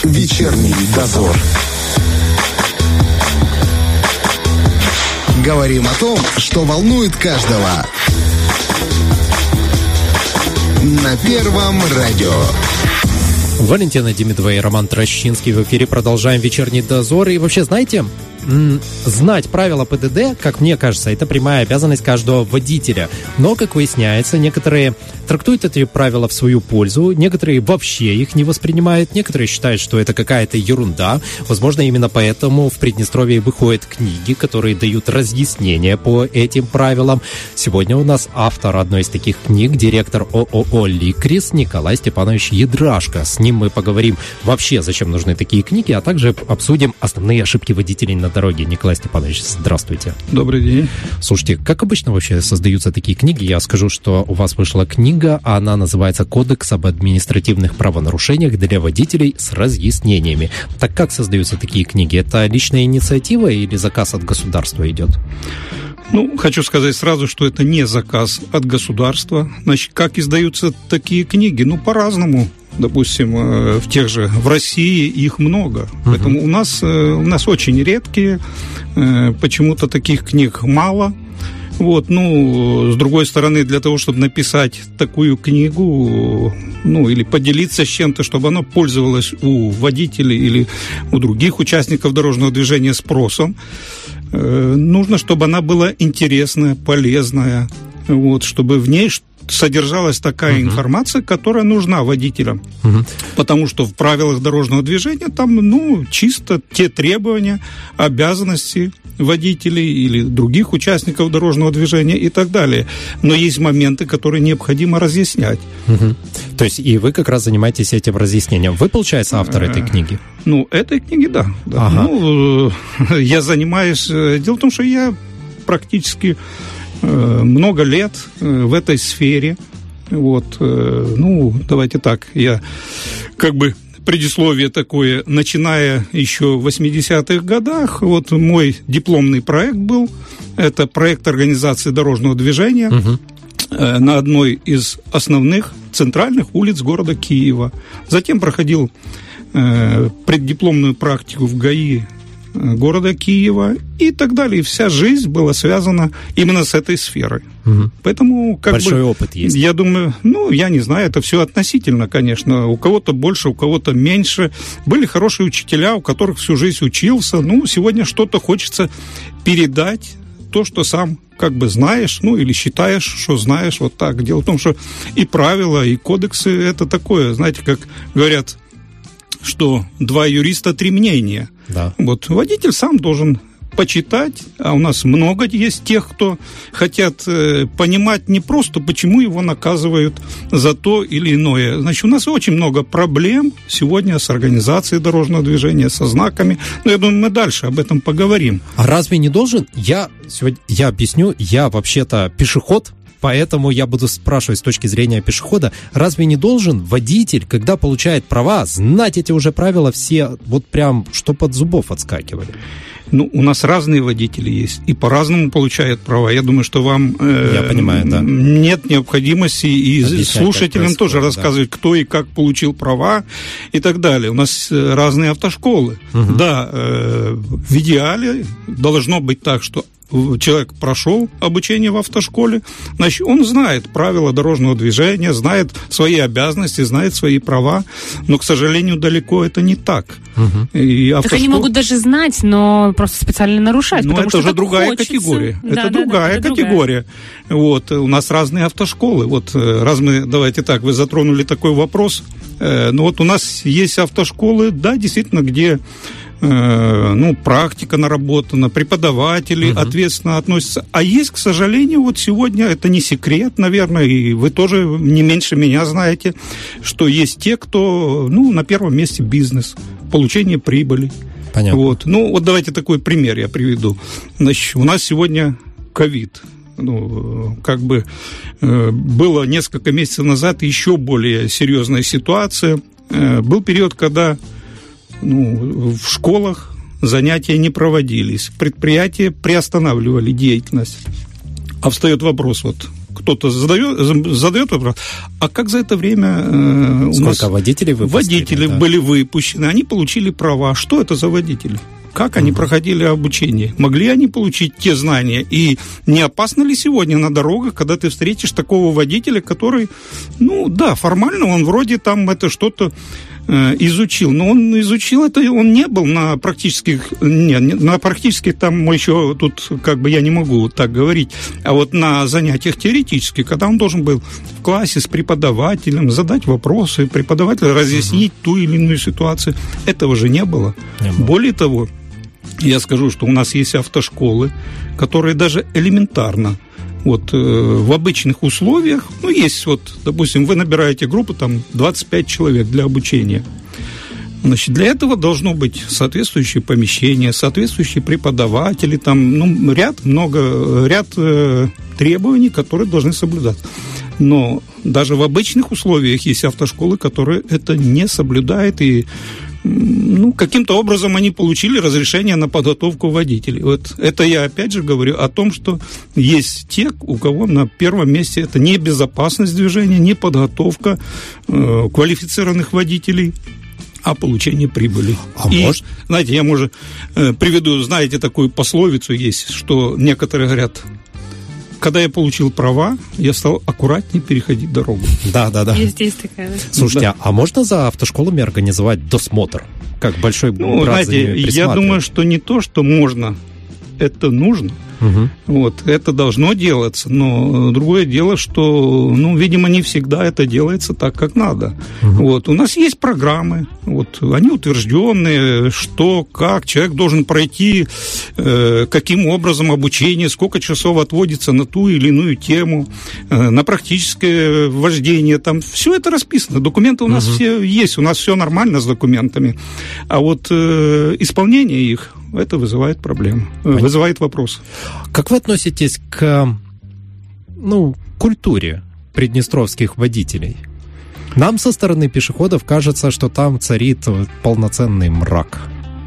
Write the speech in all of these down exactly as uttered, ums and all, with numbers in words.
Вечерний дозор. Говорим о том, что волнует каждого. На Первом радио. Валентина Демидова и Роман Трощинский в эфире. Продолжаем вечерний дозор. И вообще, знаете, знать правила ПДД, как мне кажется, это прямая обязанность каждого водителя. Но, как выясняется, некоторые трактуют эти правила в свою пользу, некоторые вообще их не воспринимают, некоторые считают, что это какая-то ерунда. Возможно, именно поэтому в Приднестровье выходят книги, которые дают разъяснения по этим правилам. Сегодня у нас автор одной из таких книг, директор ООО «Ликрис» Николай Степанович Ядрашко. С ним мы поговорим вообще, зачем нужны такие книги, а также обсудим основные ошибки водителей на дороге. Николай Степанович, здравствуйте. Добрый день. Слушайте, как обычно вообще создаются такие книги? Я скажу, что у вас вышла книга, она называется «Кодекс об административных правонарушениях для водителей с разъяснениями». Так как создаются такие книги? Это личная инициатива или заказ от государства идет? Ну, хочу сказать сразу, что это не заказ от государства. Значит, как издаются такие книги? Ну, по-разному. Допустим, в тех же, в России их много. Uh-huh. Поэтому у нас, у нас очень редкие, почему-то таких книг мало. Вот, ну, с другой стороны, для того, чтобы написать такую книгу, ну, или поделиться с чем-то, чтобы оно пользовалось у водителей или у других участников дорожного движения спросом, э, нужно, чтобы она была интересная, полезная, вот, чтобы в ней содержалась такая uh-huh. информация, которая нужна водителям. Uh-huh. Потому что в правилах дорожного движения там, ну, чисто те требования, обязанности водителей или других участников дорожного движения и так далее. Но есть моменты, которые необходимо разъяснять. Uh-huh. То есть и вы как раз занимаетесь этим разъяснением. Вы, получается, автор этой книги? Ну, этой книги, да. да. Ага. Ну, я занимаюсь... Дело в том, что я практически много лет в этой сфере. Вот, ну, давайте так, я как бы предисловие такое, начиная еще в восьмидесятых годах, вот мой дипломный проект был, это проект организации дорожного движения угу. на одной из основных центральных улиц города Киева. Затем проходил преддипломную практику в ГАИ города Киева и так далее. И вся жизнь была связана именно с этой сферой. Угу. Поэтому, как большой бы, опыт есть. Я думаю, ну, я не знаю, это все относительно, конечно. У кого-то больше, у кого-то меньше. Были хорошие учителя, у которых всю жизнь учился. Ну, сегодня что-то хочется передать, то, что сам как бы знаешь, ну, или считаешь, что знаешь, вот так. Дело в том, что и правила, и кодексы, это такое, знаете, как говорят, что два юриста, три мнения. Да. Вот водитель сам должен почитать, а у нас много есть тех, кто хотят э, понимать не просто, почему его наказывают за то или иное. Значит, у нас очень много проблем сегодня с организацией дорожного движения, со знаками. Но я думаю, мы дальше об этом поговорим. А разве не должен? Я сегодня, я объясню, я вообще-то пешеход. Поэтому я буду спрашивать с точки зрения пешехода, разве не должен водитель, когда получает права, знать эти уже правила все, вот прям, что под зубов отскакивали? Ну, у нас разные водители есть, и по-разному получают права. Я думаю, что вам э, я понимаю, да. нет необходимости и объяснять, слушателям тоже рассказывать, да. кто и как получил права и так далее. У нас разные автошколы. Угу. Да, э, в идеале должно быть так, что человек прошел обучение в автошколе, значит, он знает правила дорожного движения, знает свои обязанности, знает свои права, но, к сожалению, далеко это не так. Угу. И автошкол... Так они могут даже знать, но просто специально нарушать, но потому это что уже другая хочется. категория. Да, это да, другая да, это категория. Другая. Вот, у нас разные автошколы. Вот, раз мы, давайте так, вы затронули такой вопрос, э, ну вот у нас есть автошколы, да, действительно, где ну, практика наработана, преподаватели uh-huh. ответственно относятся. А есть, к сожалению, вот сегодня, это не секрет, наверное, и вы тоже не меньше меня знаете, что есть те, кто, ну, на первом месте бизнес, получение прибыли. Понятно. Вот. Ну, вот давайте такой пример я приведу. Значит, у нас сегодня ковид. Ну, как бы э, было несколько месяцев назад еще более серьезная ситуация. Э, был период, когда ну, в школах занятия не проводились, предприятия приостанавливали деятельность. А встает вопрос, вот кто-то задает, задает вопрос, а как за это время э, у Сколько нас водителей выпустили, водители да? были выпущены, они получили права. Что это за водители? Как они угу. проходили обучение? Могли они получить те знания? И не опасно ли сегодня на дорогах, когда ты встретишь такого водителя, который, ну да, формально он вроде там это что-то э, изучил, но он изучил это, он не был на практических, нет, на практических там еще тут как бы я не могу так говорить, а вот на занятиях теоретических, когда он должен был в классе с преподавателем задать вопросы, преподавателю разъяснить угу. ту или иную ситуацию, этого же не было. Не было. Более того, я скажу, что у нас есть автошколы, которые даже элементарно вот, э, в обычных условиях, ну, есть вот, допустим, вы набираете группу, там, двадцать пять человек для обучения. Значит, для этого должно быть соответствующее помещение, соответствующие преподаватели, там, ну, ряд, много, ряд э, требований, которые должны соблюдаться. Но даже в обычных условиях есть автошколы, которые это не соблюдают, и ну, каким-то образом они получили разрешение на подготовку водителей. Вот это я опять же говорю о том, что есть те, у кого на первом месте это не безопасность движения, не подготовка э, квалифицированных водителей, а получение прибыли. А и, может... знаете, я, может, э, приведу, знаете, такую пословицу есть, что некоторые говорят: когда я получил права, я стал аккуратнее переходить дорогу. Да, да, да. Есть, есть такая. Слушайте, да. а можно за автошколами организовать досмотр? Как большой ну, брат за ними присматривает? присматривает? Я думаю, что не то, что можно, это нужно. Угу. Вот, это должно делаться, но другое дело, что, ну, видимо, не всегда это делается так, как надо. Угу. Вот, у нас есть программы, вот, они утвержденные, что, как человек должен пройти, э, каким образом обучение, сколько часов отводится на ту или иную тему, э, на практическое вождение, там все это расписано, документы у нас угу. все есть, у нас все нормально с документами, а вот э, исполнение их, это вызывает проблемы, Понятно. вызывает вопросы. Как вы относитесь к, ну, культуре приднестровских водителей? Нам со стороны пешеходов кажется, что там царит полноценный мрак.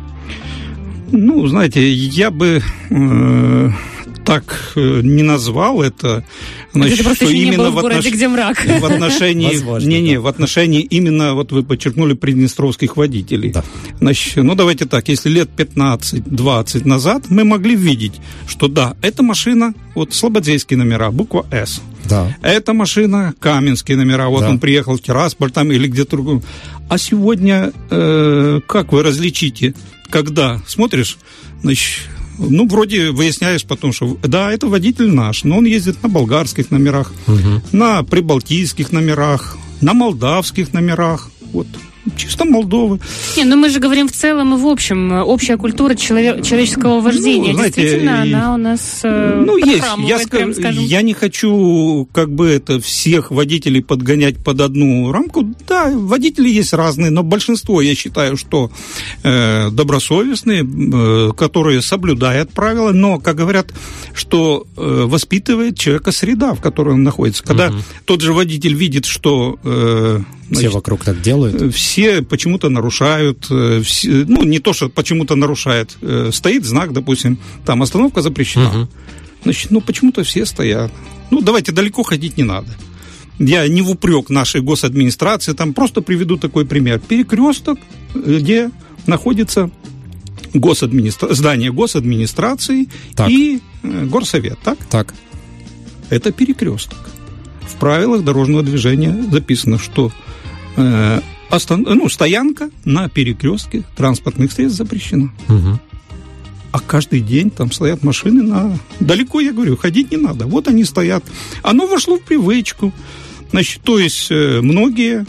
Ну, знаете, я бы э, так не назвал это. Значит, это просто что еще именно не было в, в городе, отнош... где мрак. В отношении, Возможно, не, не, да. в отношении именно, вот вы подчеркнули, приднестровских водителей. Да. Значит, ну, давайте так, если лет пятнадцать-двадцать назад мы могли видеть, что да, эта машина, вот слободзейские номера, буква «С». Да. Эта машина, каменские номера, вот да. он приехал в Тирасполь там или где-то другом. А сегодня, э, как вы различите, когда смотришь, значит, ну, вроде выясняешь потом, что да, это водитель наш, но он ездит на болгарских номерах, угу. на прибалтийских номерах, на молдавских номерах, вот, чисто Молдовы. Не, ну мы же говорим в целом и в общем. Общая культура челове- человеческого вождения, ну, знаете, действительно, и... она у нас э, ну, есть. Я, скажу, я не хочу как бы это всех водителей подгонять под одну рамку. Да, водители есть разные, но большинство, я считаю, что э, добросовестные, э, которые соблюдают правила, но, как говорят, что э, воспитывает человека среда, в которой он находится. Когда угу. тот же водитель видит, что... Э, Значит, все вокруг так делают? Все почему-то нарушают, все, ну, не то, что почему-то нарушают. Стоит знак, допустим, там остановка запрещена. Угу. Значит, ну, почему-то все стоят. Ну, давайте, далеко ходить не надо. Я не в упрек нашей госадминистрации, там просто приведу такой пример. Перекресток, где находится госадминистра... здание госадминистрации так. и горсовет, так? Так. Это перекресток. В правилах дорожного движения записано, что э, остан... ну, стоянка на перекрестке транспортных средств запрещена. Угу. А каждый день там стоят машины на... Далеко, я говорю, ходить не надо. Вот они стоят. Оно вошло в привычку. Значит, то есть э, многие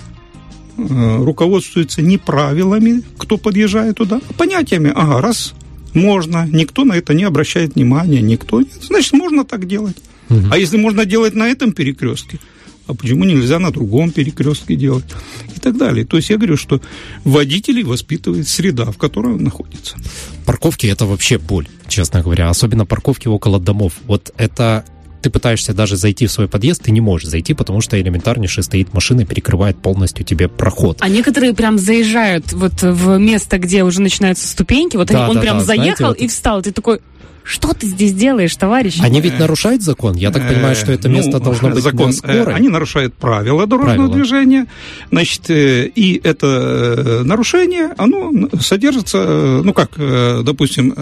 э, руководствуются не правилами, кто подъезжает туда, а понятиями. Ага, раз можно, никто на это не обращает внимания, никто... Значит, можно так делать. Угу. А если можно делать на этом перекрестке, а почему нельзя на другом перекрестке делать? И так далее. То есть я говорю, что водителей воспитывает среда, в которой он находится. Парковки – это вообще боль, честно говоря. Особенно парковки около домов. Вот это ты пытаешься даже зайти в свой подъезд, ты не можешь зайти, потому что элементарнейшая стоит машина и перекрывает полностью тебе проход. А некоторые прям заезжают вот в место, где уже начинаются ступеньки, вот да, он да, прям да, заехал знаете, вот... и встал, ты такой... Что ты здесь делаешь, товарищ? Они ведь нарушают закон? Я так понимаю, что это место ну, должно быть закон, на скорой. Они нарушают правила дорожного правила. движения. Значит, и это нарушение, оно содержится, ну как, допустим,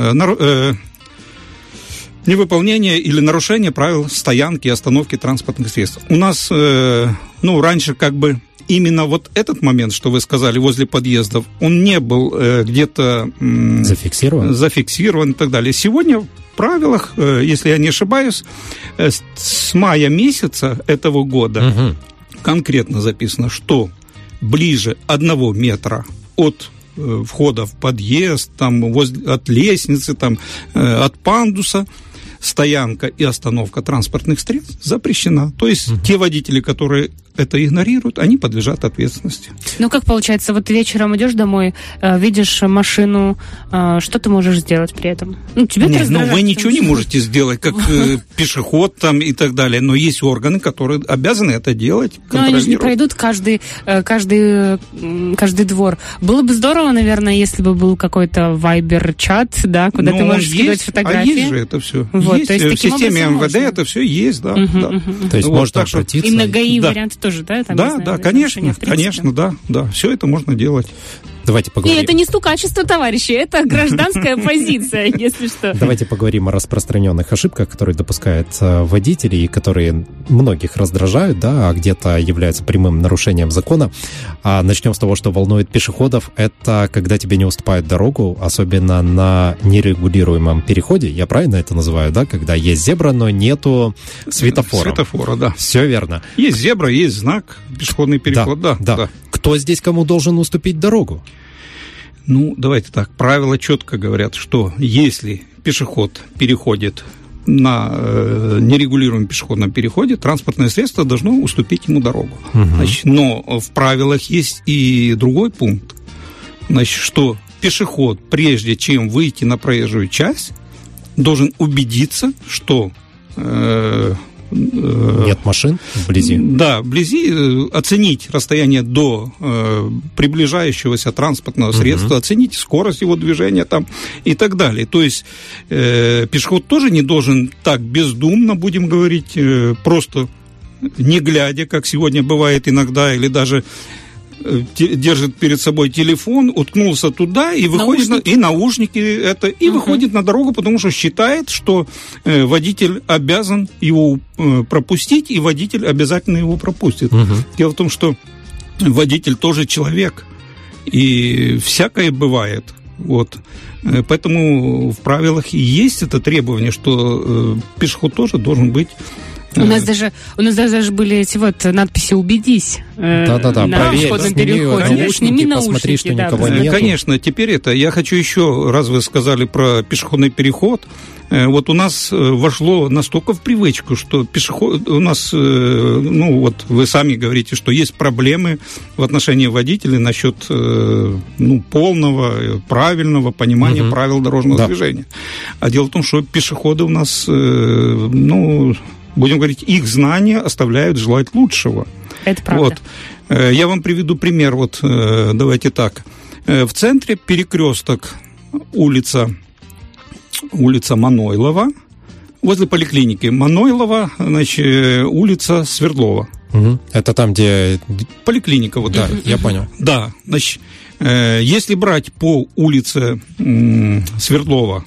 невыполнение или нарушение правил стоянки и остановки транспортных средств. У нас, ну, раньше как бы именно вот этот момент, что вы сказали, возле подъездов, он не был э, где-то... М- зафиксирован? Зафиксирован и так далее. Сегодня в правилах, э, если я не ошибаюсь, э, с, с мая месяца этого года угу. конкретно записано, что ближе одного метра от э, входа в подъезд, там, возле, от лестницы, там, э, от пандуса, стоянка и остановка транспортных средств запрещена. То есть угу. те водители, которые это игнорируют, они подлежат ответственности. Ну, как получается, вот вечером идешь домой, видишь машину, что ты можешь сделать при этом? Ну, тебя это раздражает. Ну, вы ничего не можете сделать, как пешеход там и так далее, но есть органы, которые обязаны это делать, контролировать. Но они же не пройдут каждый, каждый, каждый двор. Было бы здорово, наверное, если бы был какой-то вайбер-чат, да, куда но ты можешь скидывать фотографии. А есть же это все. Вот, есть. То есть, в системе эм вэ дэ можно. Это все есть, да. Uh-huh, да. uh-huh. То есть вот, можно что... обратиться. И на ГАИ да. варианты тоже, да? Там, да, знаю, да, конечно, конечно, да, да. Все это можно делать. Давайте поговорим. И это не стукачество, товарищи, это гражданская позиция, если что. Давайте поговорим о распространенных ошибках, которые допускают водители и которые многих раздражают, да, а где-то являются прямым нарушением закона. А начнем с того, что волнует пешеходов. Это когда тебе не уступают дорогу, особенно на нерегулируемом переходе. Я правильно это называю, да? Когда есть зебра, но нету светофора. Светофора, да. Все верно. Есть зебра, есть знак, пешеходный переход, да. Да, да. да. Кто здесь кому должен уступить дорогу? Ну, давайте так, правила четко говорят, что если пешеход переходит на э, нерегулируемом пешеходном переходе, транспортное средство должно уступить ему дорогу. Угу. Значит, но в правилах есть и другой пункт, значит, что пешеход, прежде чем выйти на проезжую часть, должен убедиться, что... Э, Нет машин вблизи? Да, вблизи оценить расстояние до э, приближающегося транспортного средства, uh-huh. оценить скорость его движения там и так далее. То есть э, пешеход тоже не должен так бездумно, будем говорить, э, просто не глядя, как сегодня бывает иногда, или даже держит перед собой телефон, уткнулся туда и выходит наушники. На, и наушники это и uh-huh. выходит на дорогу, потому что считает, что э, водитель обязан его э, пропустить, и водитель обязательно его пропустит. Uh-huh. Дело в том, что водитель тоже человек, и всякое бывает. Вот. Поэтому в правилах есть это требование, что э, пешеход тоже должен быть. У нас даже у нас даже были эти вот надписи «Убедись». Да-да-да, на пешеходном переходе. Сними наушники, посмотри, что да, никого нет. Конечно, теперь это. Я хочу еще, раз вы сказали про пешеходный переход, вот у нас вошло настолько в привычку, что пешеход у нас, ну вот вы сами говорите, что есть проблемы в отношении водителей насчет ну, полного, правильного понимания угу. правил дорожного да. движения. А дело в том, что пешеходы у нас, ну... будем говорить, их знания оставляют желать лучшего. Это правда. Вот. Я вам приведу пример. Вот, давайте так. В центре перекресток улица, улица Манойлова. Возле поликлиники Манойлова, значит, улица Свердлова. Угу. Это там, где... Поликлиника. Вот, да, я понял. Да. Значит, если брать по улице Свердлова,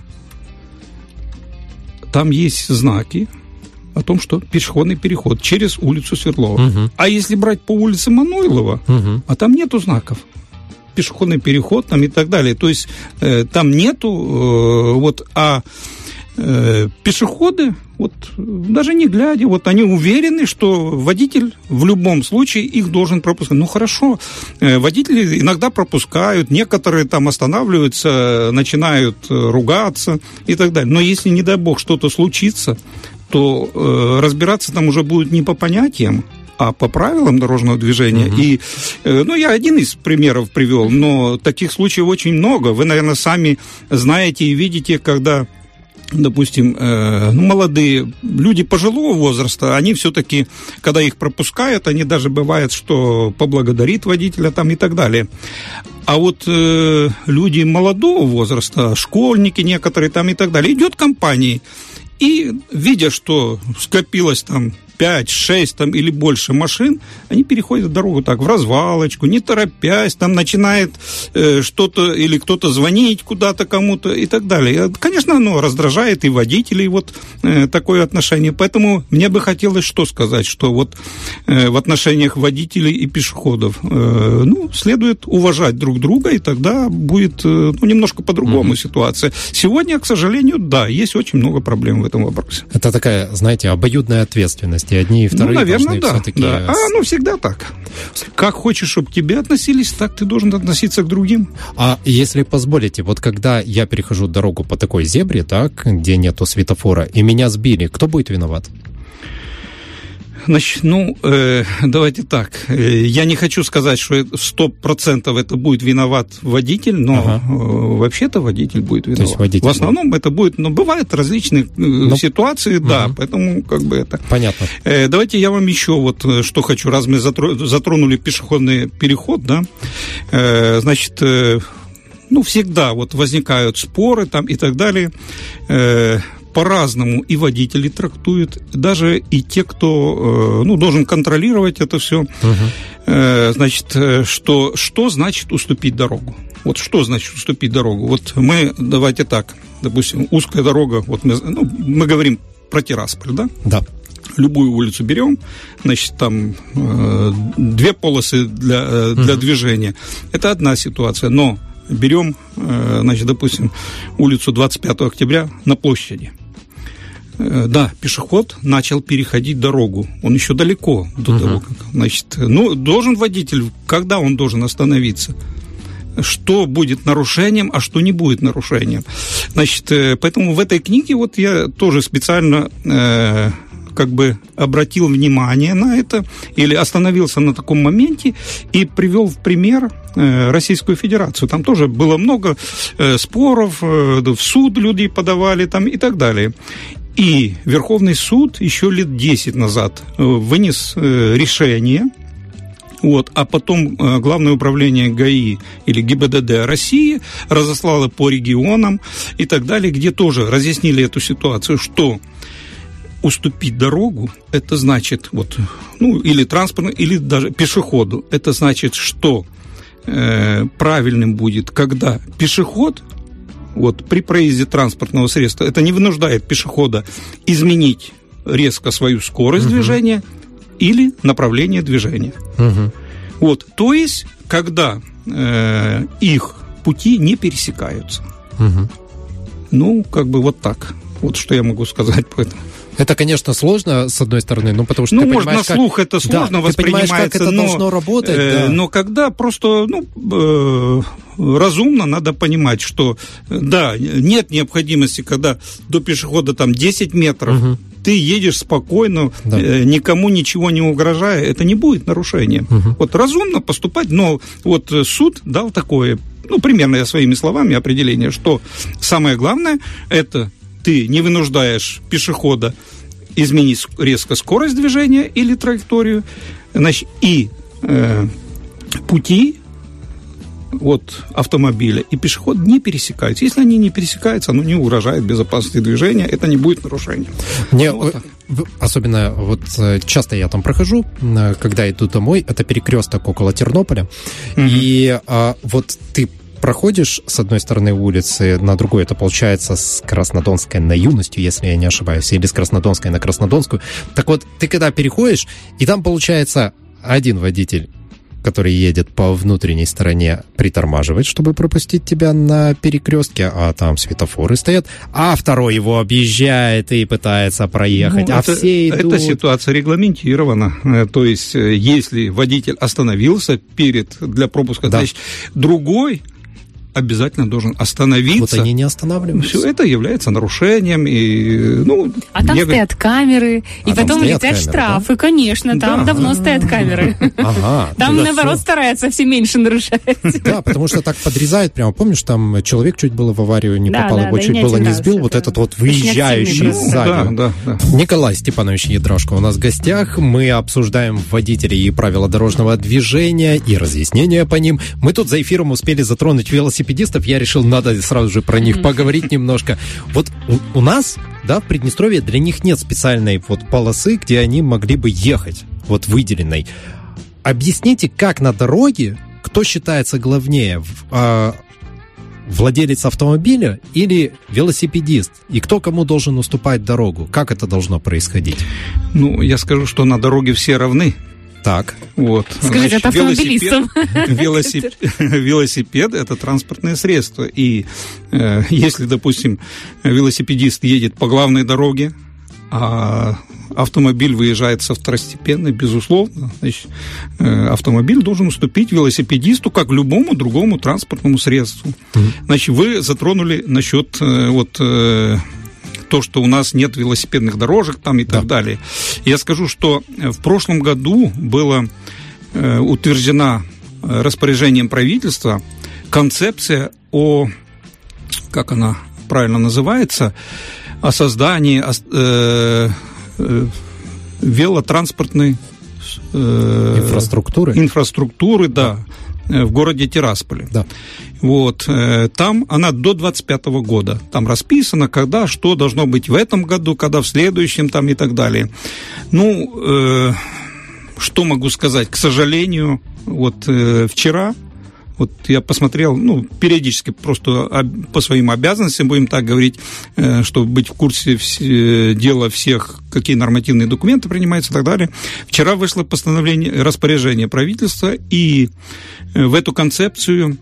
там есть знаки о том, что пешеходный переход через улицу Свердлова. Угу. А если брать по улице Манойлова, угу. а там нету знаков. Пешеходный переход там и так далее. То есть э, там нету, э, вот, а э, пешеходы, вот, даже не глядя, вот они уверены, что водитель в любом случае их должен пропускать. Ну, хорошо, э, водители иногда пропускают, некоторые там останавливаются, начинают ругаться и так далее. Но если, не дай бог, что-то случится, то э, разбираться там уже будут не по понятиям, а по правилам дорожного движения. Uh-huh. И, э, ну, я один из примеров привел, но таких случаев очень много. Вы, наверное, сами знаете и видите, когда допустим, э, ну, молодые люди пожилого возраста, они все-таки, когда их пропускают, они даже бывает, что поблагодарит водителя там и так далее. А вот э, люди молодого возраста, школьники некоторые там и так далее, идет компанией, и видя, что скопилось там пять, шесть там, или больше машин, они переходят дорогу так, в развалочку, не торопясь, там начинает э, что-то, или кто-то звонить куда-то кому-то и так далее. Конечно, оно раздражает и водителей, вот э, такое отношение. Поэтому мне бы хотелось что сказать, что вот э, в отношениях водителей и пешеходов, э, ну, следует уважать друг друга, и тогда будет, э, ну, немножко по-другому mm-hmm. ситуация. Сегодня, к сожалению, да, есть очень много проблем в этом вопросе. Это такая, знаете, обоюдная ответственность. И одни, и вторые, ну, наверное, да, все-таки... да. А, ну, всегда так. Как хочешь, чтобы к тебе относились, так ты должен относиться к другим. А если позволите, вот когда я перехожу дорогу по такой зебре, так, где нету светофора, и меня сбили, кто будет виноват? Значит, ну, э, давайте так. Я не хочу сказать, что сто процентов это будет виноват водитель, но ага. э, вообще-то водитель будет виноват. То есть водитель, в основном да. это будет, но бывают различные ну, ситуации, угу. да, поэтому как бы это... Понятно. Э, давайте я вам еще вот что хочу, раз мы затронули пешеходный переход, да, э, значит... Э, ну, всегда вот возникают споры там и так далее, э, по-разному и водители трактуют, даже и те, кто ну, должен контролировать это все. Uh-huh. Значит, что, что значит уступить дорогу? Вот что значит уступить дорогу? Вот мы, давайте так, допустим, узкая дорога, вот мы, ну, мы говорим про Тирасполь, да? Да. Любую улицу берем, значит, там э, две полосы для, э, для uh-huh. движения. Это одна ситуация, но берем, э, значит, допустим, улицу двадцать пятого октября на площади. Да, пешеход начал переходить дорогу. Он еще далеко до uh-huh. того, как... Значит, ну, должен водитель, когда он должен остановиться? Что будет нарушением, а что не будет нарушением? Значит, поэтому в этой книге вот я тоже специально э, как бы обратил внимание на это, или остановился на таком моменте и привел в пример э, Российскую Федерацию. Там тоже было много э, споров, э, в суд люди подавали там и так далее. И Верховный суд еще лет десять назад вынес решение, вот, а потом Главное управление ГАИ или ГИБДД России разослало по регионам и так далее, где тоже разъяснили эту ситуацию, что уступить дорогу, это значит, вот, ну, или транспорту, или даже пешеходу, это значит, что э, правильным будет, когда пешеход... Вот, при проезде транспортного средства это не вынуждает пешехода изменить резко свою скорость uh-huh. движения или направление движения. Uh-huh. Вот, то есть, когда э, их пути не пересекаются. Uh-huh. Ну, как бы вот так. Вот что я могу сказать по этому. Это, конечно, сложно, с одной стороны, ну, потому что ну, ты может, понимаешь, на слух как... это сложно да, воспринимается, ты понимаешь, как это но, должно работать, э, да. но когда просто, ну, э, разумно надо понимать, что, да, нет необходимости, когда до пешехода там десять метров, угу. ты едешь спокойно, да. э, никому ничего не угрожая, это не будет нарушением. Угу. Вот разумно поступать, но вот суд дал такое, ну, примерно я своими словами определение, что самое главное, это ты не вынуждаешь пешехода изменить резко скорость движения или траекторию, значит, и э, пути от автомобиля и пешеход не пересекаются. Если они не пересекаются, оно не угрожает безопасности движения, это не будет нарушением. Мне ну, вот особенно вот часто я там прохожу, когда иду домой, это перекресток около Тернополя, mm-hmm. и а, вот ты проходишь с одной стороны улицы, на другой это получается с Краснодонской на Юностью, если я не ошибаюсь, или с Краснодонской на Краснодонскую. Так вот, ты когда переходишь, и там получается один водитель, который едет по внутренней стороне, притормаживает, чтобы пропустить тебя на перекрестке, а там светофоры стоят, а второй его объезжает и пытается проехать, ну, а это, все идут... Эта ситуация регламентирована, то есть если водитель остановился перед, для пропуска, да. значит, другой обязательно должен остановиться. Вот они не останавливаются. Все это является нарушением. И, ну, а там я... стоят камеры, и а потом летят камеры, штрафы, да? Конечно, там да. давно стоят камеры. Ага, там, наоборот, все. Стараются все меньше нарушать. Да, потому что так подрезают прямо. Помнишь, там человек чуть было в аварию не да, попал, да, его да, чуть было не сбил, вот этот вот выезжающий сзади. Да, да, да. Николай Степанович Ядрошко у нас в гостях. Мы обсуждаем водителей и правила дорожного движения, и разъяснения по ним. Мы тут за эфиром успели затронуть велосипедистов. Я решил, надо сразу же про них поговорить немножко. Вот у, у нас, да, в Приднестровье для них нет специальной вот полосы, где они могли бы ехать, вот выделенной. Объясните, как на дороге, кто считается главнее, э, владелец автомобиля или велосипедист? И кто кому должен уступать дорогу? Как это должно происходить? Ну, я скажу, что на дороге все равны. Так. Вот. Скажите, это автомобилистам. Велосипед, велосипед – это транспортное средство. И э, если, допустим, велосипедист едет по главной дороге, а автомобиль выезжает со второстепенной, безусловно, значит, э, автомобиль должен уступить велосипедисту, как любому другому транспортному средству. Mm-hmm. Значит, вы затронули насчет э, вот... Э, то, что у нас нет велосипедных дорожек там и так да. далее. Я скажу, что в прошлом году была э, утверждена распоряжением правительства концепция о, как она правильно называется, о создании э, э, велотранспортной э, инфраструктуры. Инфраструктуры, да, да, в городе Тирасполе. Да. Вот, там она до двадцать пятого года. Там расписано, когда, что должно быть в этом году, когда в следующем, там и так далее. Ну, э, что могу сказать? К сожалению, вот э, вчера, вот я посмотрел, ну, периодически просто об, по своим обязанностям, будем так говорить, э, чтобы быть в курсе вс- дела всех, какие нормативные документы принимаются и так далее. Вчера вышло постановление, распоряжение правительства, и э, в эту концепцию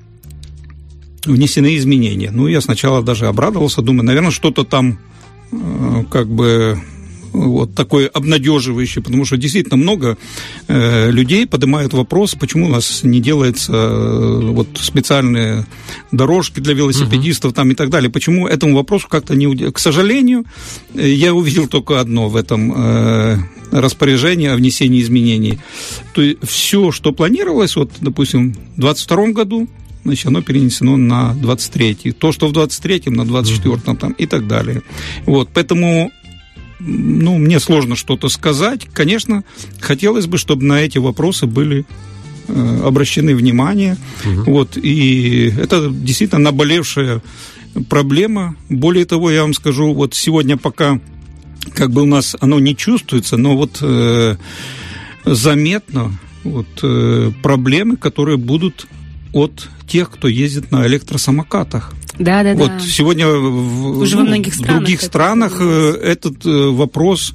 внесены изменения. Ну, я сначала даже обрадовался, думаю, наверное, что-то там э, как бы вот такое обнадеживающее, потому что действительно много э, людей поднимают вопрос, почему у нас не делаются э, вот специальные дорожки для велосипедистов uh-huh. там и так далее. Почему этому вопросу как-то не удивляюсь. К сожалению, я увидел только одно в этом э, распоряжении о внесении изменений. То есть все, что планировалось, вот, допустим, в двадцать втором году, значит, оно перенесено на двадцать третий. То, что в двадцать третьем, на двадцать четвёртом там, и так далее. Вот, поэтому, ну, мне сложно что-то сказать. Конечно, хотелось бы, чтобы на эти вопросы были э, обращены внимание. Угу. Вот, и это действительно наболевшая проблема. Более того, я вам скажу, вот сегодня пока как бы у нас оно не чувствуется, но вот э, заметно вот, э, проблемы, которые будут от тех, кто ездит на электросамокатах. Да, да, вот да. Сегодня в, Уже ну, во многих в странах других странах это этот вопрос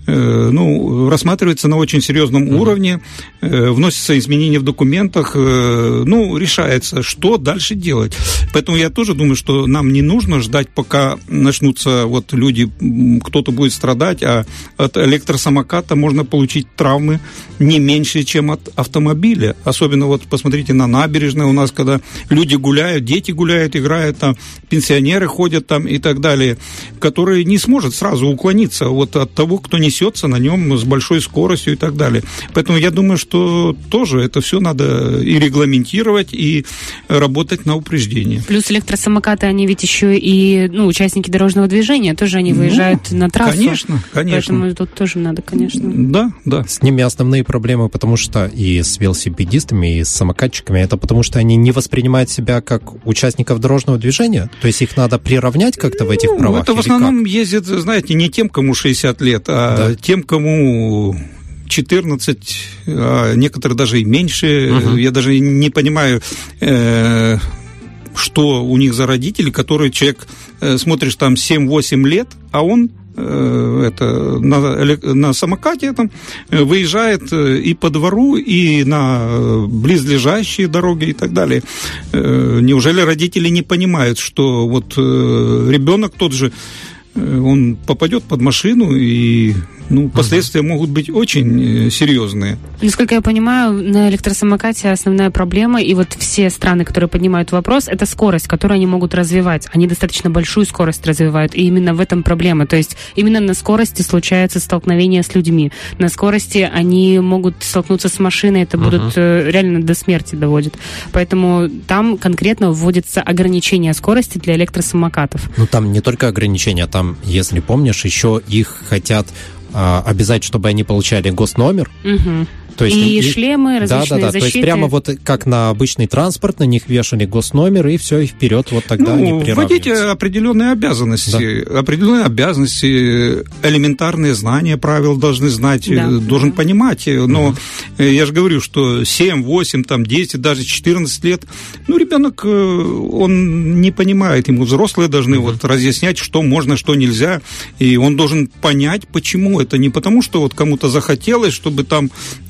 ну, рассматривается на очень серьезном mm-hmm. уровне, вносятся изменения в документах, ну, решается, что дальше делать. Поэтому я тоже думаю, что нам не нужно ждать, пока начнутся вот люди, кто-то будет страдать, а от электросамоката можно получить травмы не меньше, чем от автомобиля. Особенно вот посмотрите на набережной у нас, когда люди гуляют, дети гуляют, играют там, пенсионеры ходят там и так далее, которые не сможет сразу уклониться вот от того, кто несется на нем с большой скоростью и так далее. Поэтому я думаю, что тоже это все надо и регламентировать, и работать на упреждение. Плюс электросамокаты, они ведь еще и ну, участники дорожного движения, тоже они выезжают ну, на трассу. Конечно, конечно. Поэтому тут тоже надо, конечно. Да, да. С ними основные проблемы, потому что и с велосипедистами, и с самокатчиками, это потому что они не воспринимают себя как участников дорожного движения? То есть их надо приравнять как-то в этих ну, правах? Это в основном как? Ездят, знаете, не тем, кому шестьдесят лет, а да. тем, кому четырнадцать, а некоторые даже и меньше. Угу. Я даже не понимаю, э, что у них за родители, которые человек, э, смотришь, там семь-восемь лет, а он э, это, на, на самокате там, выезжает и по двору, и на близлежащие дороги и так далее. Э, неужели родители не понимают, что вот э, ребенок тот же, он попадет под машину и ну, последствия uh-huh. могут быть очень серьезные. Насколько я понимаю, на электросамокате основная проблема, и вот все страны, которые поднимают вопрос, это скорость, которую они могут развивать. Они достаточно большую скорость развивают, и именно в этом проблема. То есть именно на скорости случается столкновение с людьми. На скорости они могут столкнуться с машиной, это uh-huh. будут реально до смерти доводит. Поэтому там конкретно вводится ограничение скорости для электросамокатов. Ну, там не только ограничения, там, если помнишь, еще их хотят а, обязать, чтобы они получали госномер. Угу. То есть, и, и шлемы, различные да, да, да. защиты. То есть прямо вот как на обычный транспорт, на них вешали госномер, и все, и вперед, вот тогда ну, они приравниваются. Вводите определенные обязанности, да. определенные обязанности, элементарные знания правил должны знать, да. должен да. понимать. Но угу. я же говорю, что семь, восемь, там, десять, даже четырнадцать лет, ну, ребенок, он не понимает, ему взрослые должны угу. вот разъяснять, что можно, что нельзя, и он должен понять, почему. Это не потому, что вот кому-то захотелось, чтобы там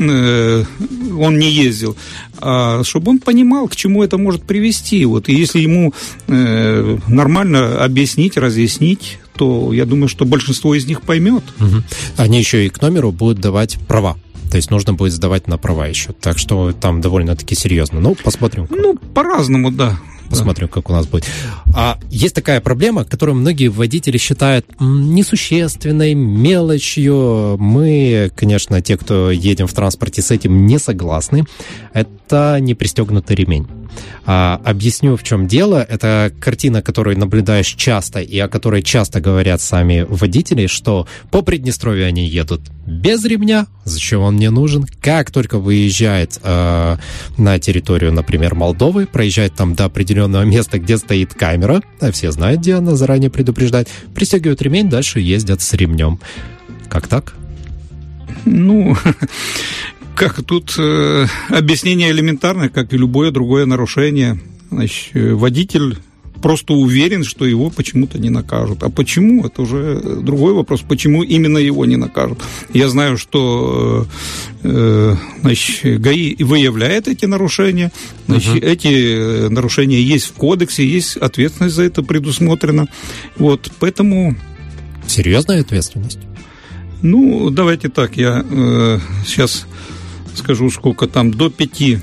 он не ездил, а чтобы он понимал, к чему это может привести. Вот. И если ему э, нормально объяснить, разъяснить, то я думаю, что большинство из них поймет. Угу. Они еще и к номеру будут давать права. То есть нужно будет сдавать на права еще. Так что там довольно-таки серьезно. Ну, посмотрим. Как. Ну, по-разному, да. Посмотрим, как у нас будет. А есть такая проблема, которую многие водители считают несущественной, мелочью. Мы, конечно, те, кто едем в транспорте, с этим не согласны. Это не пристегнутый ремень. А, объясню, в чем дело. Это картина, которую наблюдаешь часто и о которой часто говорят сами водители, что по Приднестровью они едут без ремня. Зачем он мне нужен? Как только выезжает э, на территорию, например, Молдовы, проезжает там до определенного места, где стоит камера, а все знают, где она, заранее предупреждает, пристегивают ремень, дальше ездят с ремнем. Как так? Ну... Как тут э, объяснение элементарное, как и любое другое нарушение. Значит, водитель просто уверен, что его почему-то не накажут. А почему? Это уже другой вопрос. Почему именно его не накажут? Я знаю, что э, значит, ГАИ выявляет эти нарушения. Значит, uh-huh. Эти нарушения есть в кодексе, есть ответственность за это предусмотрена. Вот, поэтому... Серьезная ответственность? Ну, давайте так, я э, сейчас... скажу, сколько там, до пяти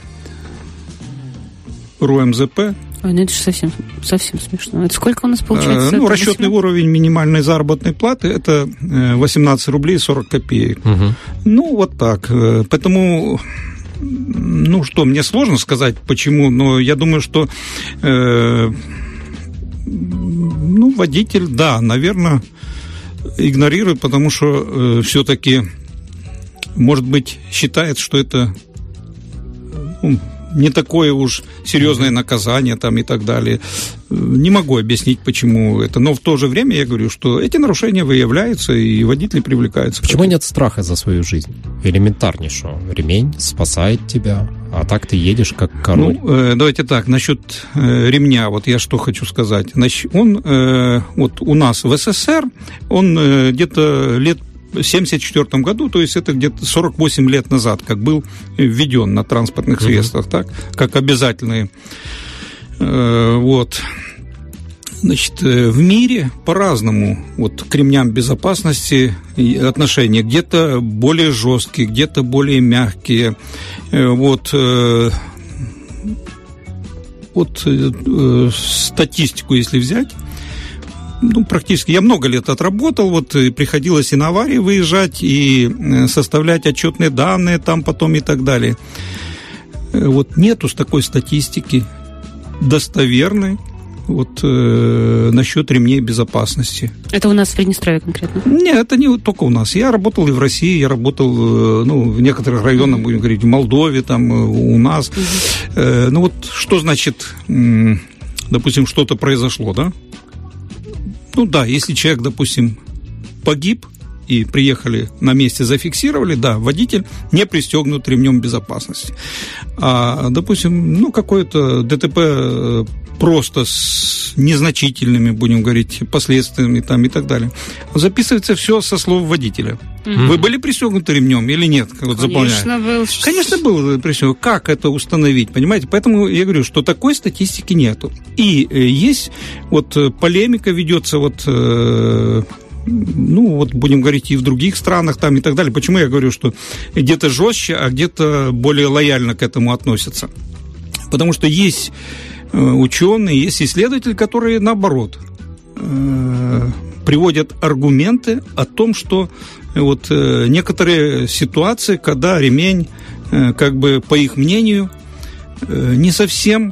РУ-МЗП. Ой, ну это же совсем, совсем смешно. Это сколько у нас получается? Э, ну, расчетный уровень минимальной заработной платы – это восемнадцать рублей сорок копеек. Угу. Ну, вот так. Поэтому, ну, что, мне сложно сказать, почему, но я думаю, что, э, ну, водитель, да, наверное, игнорирует, потому что э, все-таки... может быть, считает, что это ну, не такое уж серьезное наказание там, и так далее. Не могу объяснить, почему это. Но в то же время я говорю, что эти нарушения выявляются, и водители привлекаются. Почему нет страха за свою жизнь? Элементарнейшего. Ремень спасает тебя, а так ты едешь как король. Ну, э, давайте так, насчет э, ремня, вот я что хочу сказать. Значит, он э, вот у нас в СССР, он э, где-то лет в семьдесят четвёртом году, то есть это где-то сорок восемь лет назад, как был введен на транспортных средствах, mm-hmm. так, как обязательные. Э, вот. Значит, в мире по-разному вот, к ремням безопасности отношения. Где-то более жесткие, где-то более мягкие. Э, вот... Э, вот э, статистику, если взять, ну, практически, я много лет отработал, вот, и приходилось и на аварии выезжать, и составлять отчетные данные там потом и так далее. Вот нету такой статистики достоверной вот, э, насчет ремней безопасности. Это у нас в Приднестровье конкретно? Нет, это не только у нас. Я работал и в России, я работал ну, в некоторых районах, будем говорить, в Молдове, там, у нас. Mm-hmm. Э, ну вот что значит, допустим, что-то произошло, да? Ну да, если человек, допустим, погиб, и приехали на месте, зафиксировали, да, водитель не пристегнут ремнем безопасности. А, допустим, ну, какое-то ДТП просто с незначительными, будем говорить, последствиями там и так далее. Записывается все со слов водителя. Mm-hmm. Вы были пристегнуты ремнем или нет? Вот, Конечно, был. Конечно, был пристегнут. Как это установить, понимаете? Поэтому я говорю, что такой статистики нету. И есть вот полемика ведется вот ну, вот будем говорить и в других странах там и так далее. Почему я говорю, что где-то жестче, а где-то более лояльно к этому относятся? Потому что есть ученые, есть исследователи, которые, наоборот, приводят аргументы о том, что вот некоторые ситуации, когда ремень, как бы, по их мнению, не совсем,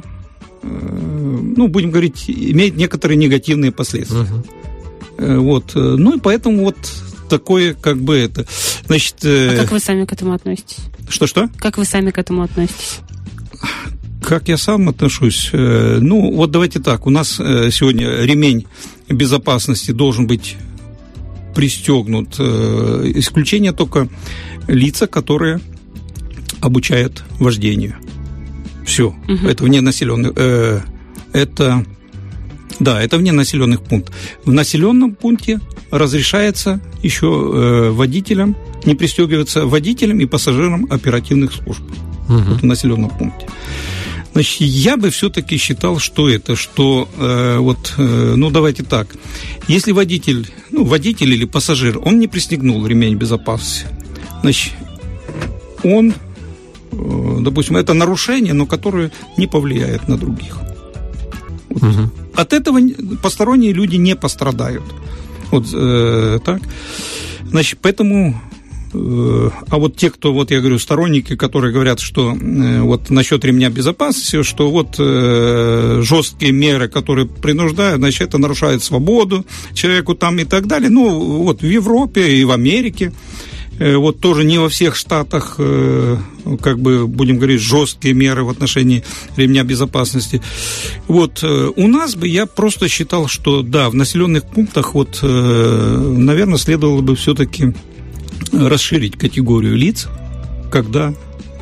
ну, будем говорить, имеет некоторые негативные последствия. Uh-huh. Вот. Ну, и поэтому вот такое, как бы, это... Значит, а как вы сами к этому относитесь? Что-что? Как вы сами к этому относитесь? Как я сам отношусь? Ну, вот давайте так. У нас сегодня ремень безопасности должен быть пристегнут. Исключение только лица, которые обучают вождению. Все. Угу. Это вне населенных... Э, это... Да, это вне населенных пунктов. В населенном пункте разрешается еще э, водителям, не пристегиваться водителям и пассажирам оперативных служб. Угу. Вот в населенном пункте. Значит, я бы все-таки считал, что это, что э, вот, э, ну, давайте так. Если водитель, ну, водитель или пассажир, он не пристегнул ремень безопасности, значит, он... допустим, это нарушение, но которое не повлияет на других. Вот. Угу. От этого посторонние люди не пострадают. Вот э, так. Значит, поэтому... Э, а вот те, кто, вот я говорю, сторонники, которые говорят, что э, вот насчет ремня безопасности, что вот э, жесткие меры, которые принуждают, значит, это нарушает свободу человеку там и так далее. Ну, вот в Европе и в Америке вот тоже не во всех штатах, как бы, будем говорить, жесткие меры в отношении ремня безопасности. Вот у нас бы я просто считал, что да, в населенных пунктах вот, наверное, следовало бы все-таки расширить категорию лиц, когда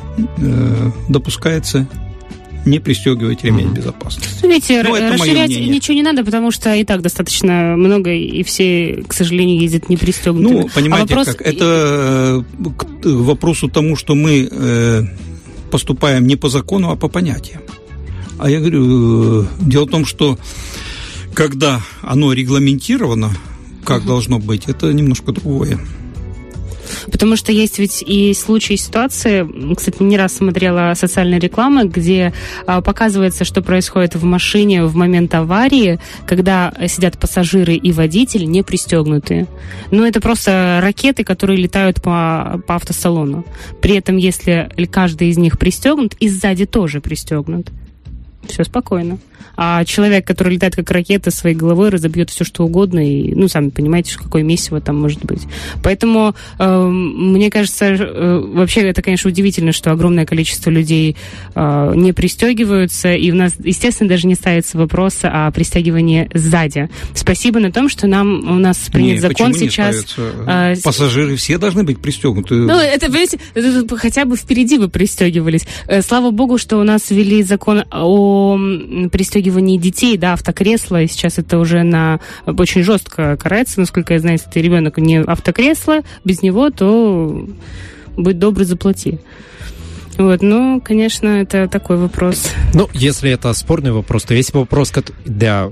допускается не пристегивать ремень mm-hmm. безопасности. Видите, ну, расширять ничего не надо, потому что и так достаточно много, и все, к сожалению, ездят не пристегнутыми. Ну, понимаете, а вопрос... как? Это к вопросу тому, что мы э, поступаем не по закону, а по понятиям. А я говорю, э, дело в том, что когда оно регламентировано, как mm-hmm. должно быть, это немножко другое. Потому что есть ведь и случаи, и ситуации, кстати, не раз смотрела социальные рекламы, где а, показывается, что происходит в машине в момент аварии, когда сидят пассажиры и водитель не пристегнутые. Ну, это просто ракеты, которые летают по, по автосалону. При этом, если каждый из них пристегнут, и сзади тоже пристегнут, все спокойно. А человек, который летает как ракета, своей головой разобьет все, что угодно, и, ну, сами понимаете, какое месиво там может быть. Поэтому, э, мне кажется, э, вообще это, конечно, удивительно, что огромное количество людей э, не пристегиваются, и у нас, естественно, даже не ставится вопрос о пристегивании сзади. Спасибо на том, что нам, у нас принят не, закон почему сейчас... Э, Пассажиры все должны быть пристегнуты. Ну, это, понимаете, это, хотя бы впереди вы пристегивались. Э, слава богу, что у нас ввели закон о пристегивании детей, да, автокресла, и сейчас это уже на очень жестко карается, насколько я знаю, если ты ребенок не автокресло, без него, то будь добр, заплати. Вот, ну, конечно, это такой вопрос. Ну, если это спорный вопрос, то есть вопрос для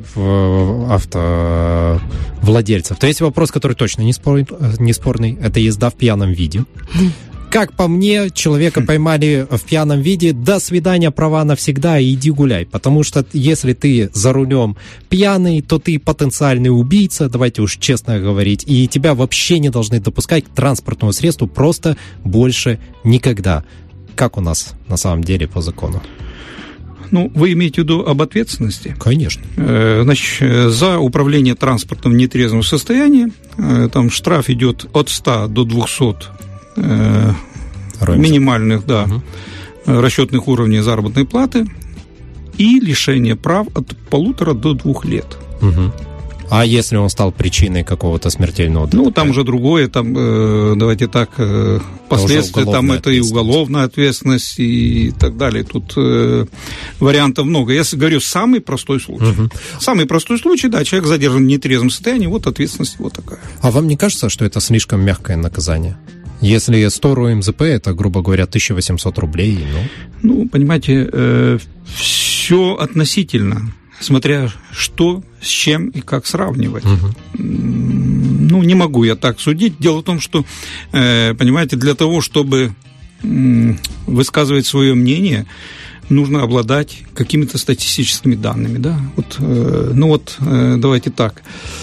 автовладельцев, то есть вопрос, который точно не спорный, не спорный, это езда в пьяном виде. Как по мне, человека поймали в пьяном виде, до свидания, права навсегда, и иди гуляй. Потому что если ты за рулем пьяный, то ты потенциальный убийца, давайте уж честно говорить, и тебя вообще не должны допускать к транспортному средству просто больше никогда. Как у нас на самом деле по закону? Ну, вы имеете в виду об ответственности? Конечно. Значит, за управление транспортом в нетрезвом состоянии там штраф идет от ста до двухсот минимальных, да, угу. расчетных уровней заработной платы и лишение прав от полутора до двух лет. Угу. А если он стал причиной какого-то смертельного ДТП? Ну, там уже другое, там, э, давайте так, э, последствия, там это и уголовная ответственность и так далее. Тут э, вариантов много. Я говорю, самый простой случай. Угу. Самый простой случай, да, человек задержан в нетрезвом состоянии, вот ответственность вот такая. А вам не кажется, что это слишком мягкое наказание? Если сто РУ МЗП, это, грубо говоря, тысяча восемьсот рублей, ну... Ну, понимаете, э, все относительно, смотря что, с чем и как сравнивать. Угу. Ну, ну, не могу я так судить. Дело в том, что, понимаете, для того, чтобы высказывать свое мнение, нужно обладать какими-то статистическими данными, да. Вот, ну вот, давайте так.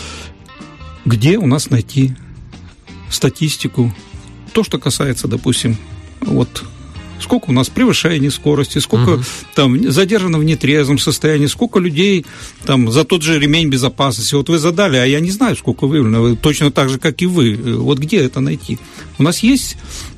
Где у нас найти статистику? То, что касается, допустим, вот сколько у нас превышений скорости, сколько uh-huh. там задержано в нетрезвом состоянии, сколько людей там за тот же ремень безопасности. Вот вы задали, а я не знаю, сколько выявлено, точно так же, как и вы. Вот где это найти? У нас есть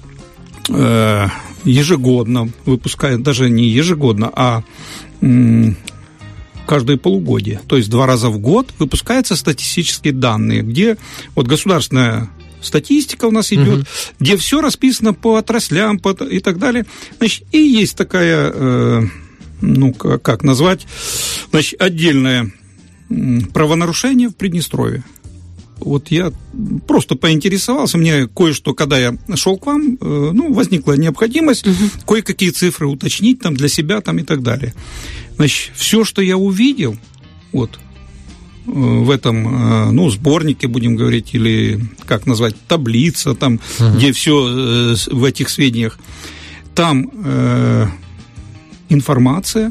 э, ежегодно, выпускают, даже не ежегодно, а м- каждое полугодие, то есть два раза в год выпускаются статистические данные, где вот государственная статистика у нас идет, угу. где все расписано по отраслям по, и так далее. Значит, и есть такая, э, ну, как, как назвать, значит, отдельное правонарушение в Приднестровье. Вот я просто поинтересовался, мне кое-что, когда я шел к вам, э, ну, возникла необходимость угу. кое-какие цифры уточнить там для себя там и так далее. Значит, все, что я увидел, вот, в этом, ну, сборнике, будем говорить, или, как назвать, таблица, там, uh-huh. где все в этих сведениях, там э, информация,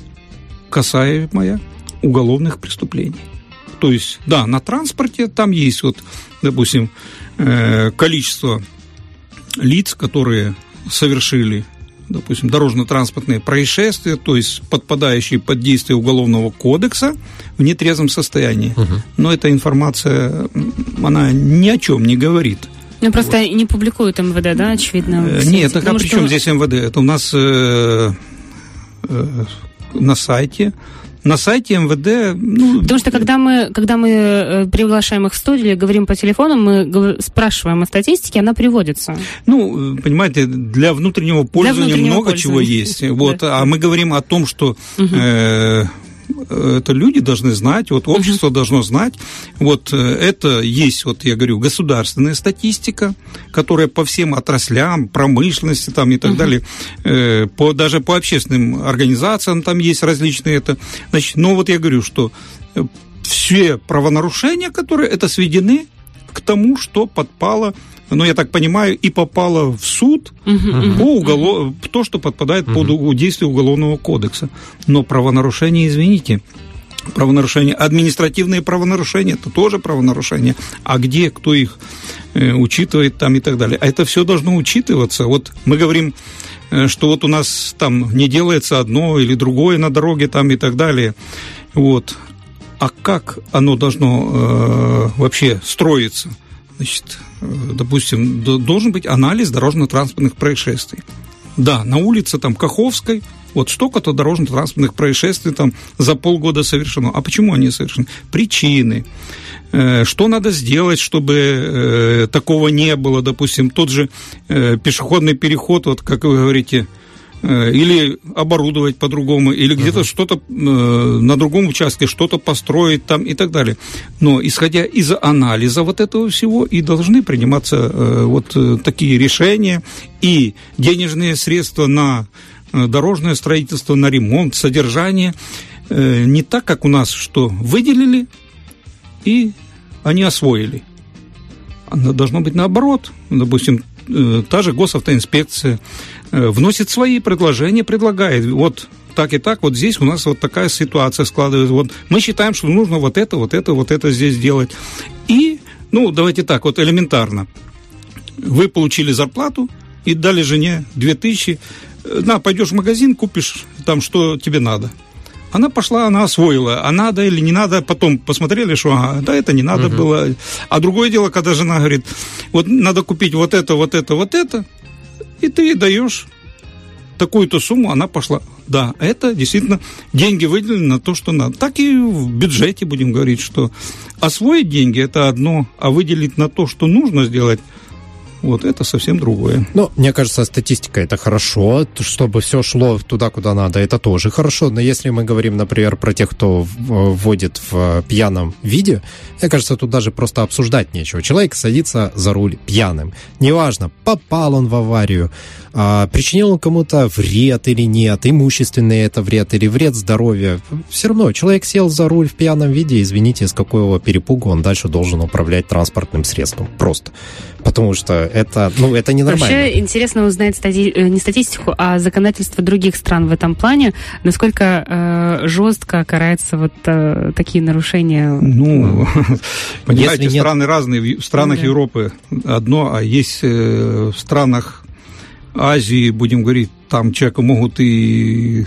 касаемая уголовных преступлений. То есть, да, на транспорте там есть, вот, допустим, э, количество лиц, которые совершили, допустим, дорожно-транспортные происшествия, то есть подпадающие под действие Уголовного кодекса в нетрезвом состоянии. Угу. Но эта информация, она ни о чем не говорит. Ну, просто вот. Не публикуют эм вэ дэ, да, очевидно? Нет, а при чем что... здесь эм вэ дэ? Это у нас э, э, на сайте... На сайте эм вэ дэ... Ну, потому что когда мы, когда мы приглашаем их в студию, говорим по телефону, мы спрашиваем о статистике, она приводится. Ну, понимаете, для внутреннего пользования для внутреннего много пользования. Чего есть. Вот, да. А мы говорим о том, что... Угу. Э, это люди должны знать, вот общество uh-huh. должно знать. Вот это есть, вот я говорю, государственная статистика, которая по всем отраслям, промышленности там и так uh-huh. далее, э, по, даже по общественным организациям там есть различные это. Значит, но вот я говорю, что все правонарушения, которые это сведены к тому, что подпало, ну, я так понимаю, и попало в суд uh-huh. по уголов... uh-huh. то, что подпадает uh-huh. под действие Уголовного кодекса. Но правонарушения, извините, правонарушения, административные правонарушения, это тоже правонарушения. А где, кто их э, учитывает там и так далее. А это все должно учитываться. Вот мы говорим, э, что вот у нас там не делается одно или другое на дороге там и так далее. Вот. А как оно должно э, вообще строиться? Значит, допустим, должен быть анализ дорожно-транспортных происшествий. Да, на улице там Каховской вот столько-то дорожно-транспортных происшествий там за полгода совершено. А почему они совершены? Причины. Э, что надо сделать, чтобы э, такого не было? Допустим, тот же э, пешеходный переход, вот как вы говорите, или оборудовать по-другому, или uh-huh. где-то что-то э, на другом участке, что-то построить там и так далее. Но исходя из анализа вот этого всего и должны приниматься э, вот э, такие решения, и денежные средства на э, дорожное строительство, на ремонт, содержание, э, не так, как у нас, что выделили и они освоили. Оно должно быть наоборот. Допустим, э, та же госавтоинспекция вносит свои предложения, предлагает, вот так и так, вот здесь у нас вот такая ситуация складывается, вот мы считаем, что нужно вот это, вот это, вот это здесь делать. И, ну, давайте так, вот элементарно. Вы получили зарплату и дали жене две тысячи, на, пойдешь в магазин, купишь там, что тебе надо. Она пошла, она освоила, а надо или не надо, потом посмотрели, что ага, да, это не надо uh-huh. было. А другое дело, когда жена говорит, вот надо купить вот это, вот это, вот это, и ты ей даешь такую-то сумму, она пошла. Да, это действительно деньги выделены на то, что надо. Так и в бюджете будем говорить, что освоить деньги – это одно, а выделить на то, что нужно сделать, вот это совсем другое. Ну, мне кажется, статистика – это хорошо, чтобы все шло туда, куда надо, это тоже хорошо. Но если мы говорим, например, про тех, кто вводит в пьяном виде, мне кажется, тут даже просто обсуждать нечего. Человек садится за руль пьяным. Неважно, попал он в аварию, а, причинил он кому-то вред или нет, имущественный это вред или вред здоровью. Все равно человек сел за руль в пьяном виде, извините, из какого перепугу он дальше должен управлять транспортным средством. Просто. Потому что это, ну, это ненормально. Вообще интересно узнать стати... не статистику, а законодательство других стран в этом плане. Насколько э, жестко караются вот э, такие нарушения? Ну, понимаете, Если страны нет... разные. В странах да. Европы одно, а есть э, в странах Азии, будем говорить, там человека могут и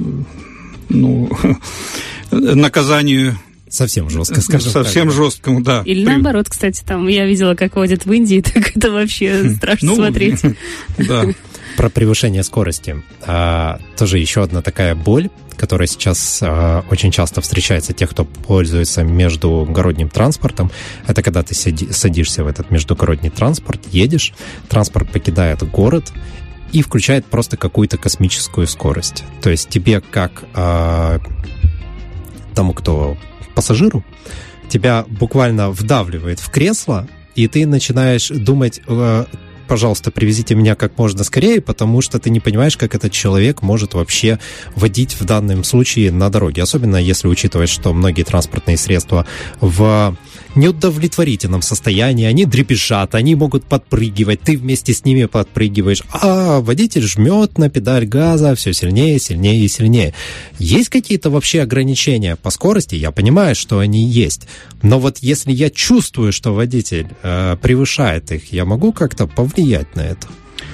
ну, наказанию... Совсем жестко, скажем Совсем так. жесткому, да. Или При... наоборот, кстати, там я видела, как водят в Индии, так это вообще страшно ну, смотреть. Да. Про превышение скорости. А, тоже еще одна такая боль, которая сейчас а, очень часто встречается тех, кто пользуется междугородним транспортом. Это когда ты сади, садишься в этот междугородний транспорт, едешь, транспорт покидает город и включает просто какую-то космическую скорость. То есть тебе как а, тому, кто пассажиру, тебя буквально вдавливает в кресло, и ты начинаешь думать, пожалуйста, привезите меня как можно скорее, потому что ты не понимаешь, как этот человек может вообще водить в данном случае на дороге. Особенно если учитывать, что многие транспортные средства в неудовлетворительном состоянии, они дребезжат, они могут подпрыгивать, ты вместе с ними подпрыгиваешь, а водитель жмет на педаль газа все сильнее, сильнее и сильнее. Есть какие-то вообще ограничения по скорости? Я понимаю, что они есть, но вот если я чувствую, что водитель э, превышает их, я могу как-то повлиять на это?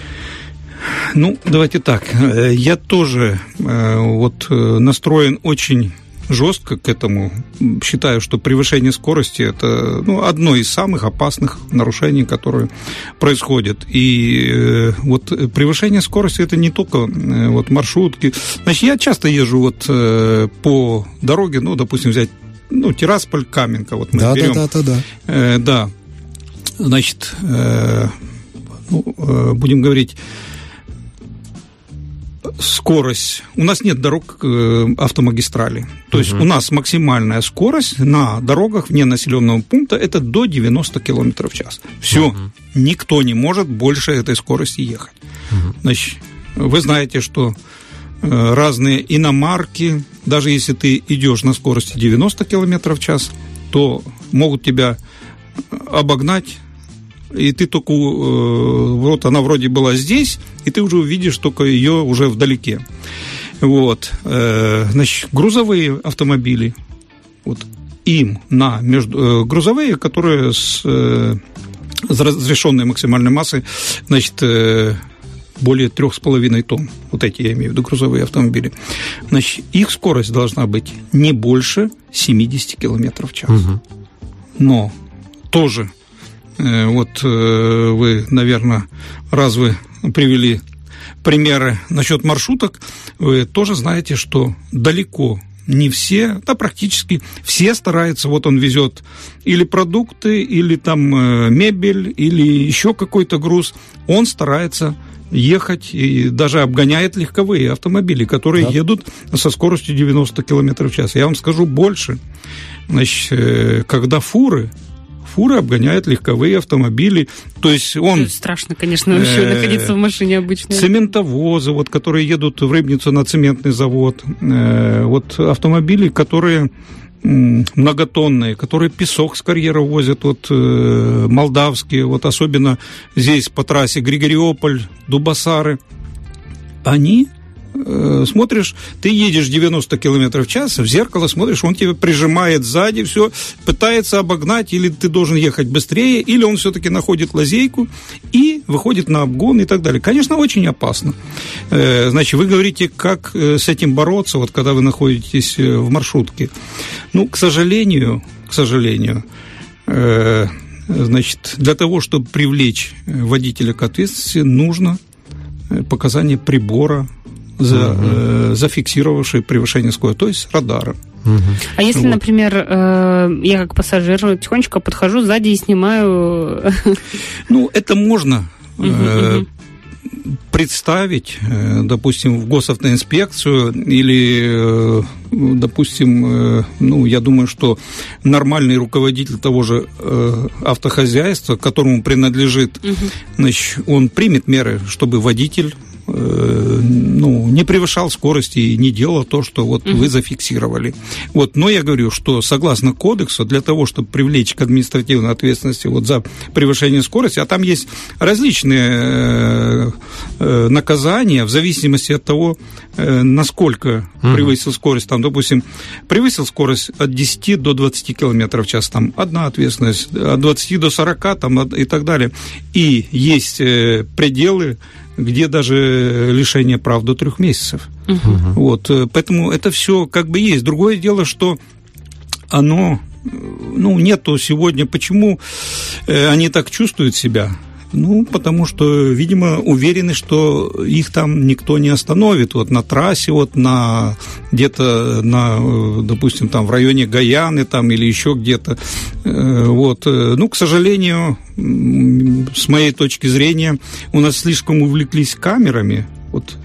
Ну, давайте так. Я тоже э, вот настроен очень жестко к этому. Считаю, что превышение скорости – это ну, одно из самых опасных нарушений, которые происходят. И э, вот превышение скорости – это не только э, вот маршрутки. Значит, я часто езжу вот э, по дороге, ну, допустим, взять ну, Тирасполь, Каменка. Вот мы да, берем. да, да, да, да. Э, да. Значит, э, ну, э, будем говорить, скорость. У нас нет дорог э, автомагистрали. То есть uh-huh. у нас максимальная скорость на дорогах вне населенного пункта это до девяносто километров в час. Все. Uh-huh. Никто не может больше этой скорости ехать. Uh-huh. Значит, вы знаете, что э, разные иномарки, даже если ты идешь на скорости девяносто километров в час, то могут тебя обогнать. И ты только, э, вот она вроде была здесь, и ты уже увидишь только ее уже вдалеке. Вот. Э, значит, грузовые автомобили, вот, им на между, э, грузовые, которые с, э, с разрешенной максимальной массой, значит, э, более трех с половиной тонн, вот эти я имею в виду грузовые автомобили, значит, их скорость должна быть не больше семьдесят километров в час. Угу. Но тоже вот вы, наверное, раз вы привели примеры насчет маршруток, вы тоже знаете, что далеко не все, да практически все стараются, вот он везет или продукты, или там мебель, или еще какой-то груз, он старается ехать и даже обгоняет легковые автомобили, которые да. едут со скоростью девяносто километров в час. Я вам скажу больше. Значит, когда фуры Фуры обгоняют легковые автомобили. То есть он... Это страшно, конечно, вообще э, находиться в машине обычно. Цементовозы, вот, которые едут в Рыбницу на цементный завод. Э, вот автомобили, которые м, многотонные, которые песок с карьера возят, вот, э, молдавские, вот особенно здесь по трассе Григориополь, Дубасары. Они... Смотришь, ты едешь девяносто километров в час, в зеркало смотришь, он тебя прижимает сзади, все, пытается обогнать, или ты должен ехать быстрее, или он все-таки находит лазейку и выходит на обгон и так далее. Конечно, очень опасно. Значит, вы говорите, как с этим бороться, вот когда вы находитесь в маршрутке. Ну, к сожалению, к сожалению, значит, для того, чтобы привлечь водителя к ответственности, нужно показание прибора, За, uh-huh. э, зафиксировавшие превышение скорости, то есть радара. Uh-huh. А если, вот. например, э, я как пассажир тихонечко подхожу сзади и снимаю... Ну, это можно uh-huh. э, представить, э, допустим, в госавтоинспекцию или, э, допустим, э, ну, я думаю, что нормальный руководитель того же э, автохозяйства, которому принадлежит, uh-huh. значит, он примет меры, чтобы водитель ну, не превышал скорости и не делал то, что вот uh-huh. вы зафиксировали. Вот, но я говорю, что согласно кодексу, для того, чтобы привлечь к административной ответственности вот за превышение скорости, а там есть различные э, наказания в зависимости от того, э, насколько uh-huh. превысил скорость. Там, допустим, превысил скорость от десяти до двадцати километров в час, там одна ответственность, от двадцати до сорока там, и так далее. И есть э, пределы, где даже лишение прав до трех месяцев. Uh-huh. Вот, поэтому это все как бы есть. Другое дело, что оно, ну, нету сегодня. Почему они так чувствуют себя? Ну, потому что, видимо, уверены, что их там никто не остановит. Вот на трассе, вот на где-то, на, допустим, там в районе Гаяны там, или еще где-то. Вот. Ну, к сожалению, с моей точки зрения, у нас слишком увлеклись камерами. Вот.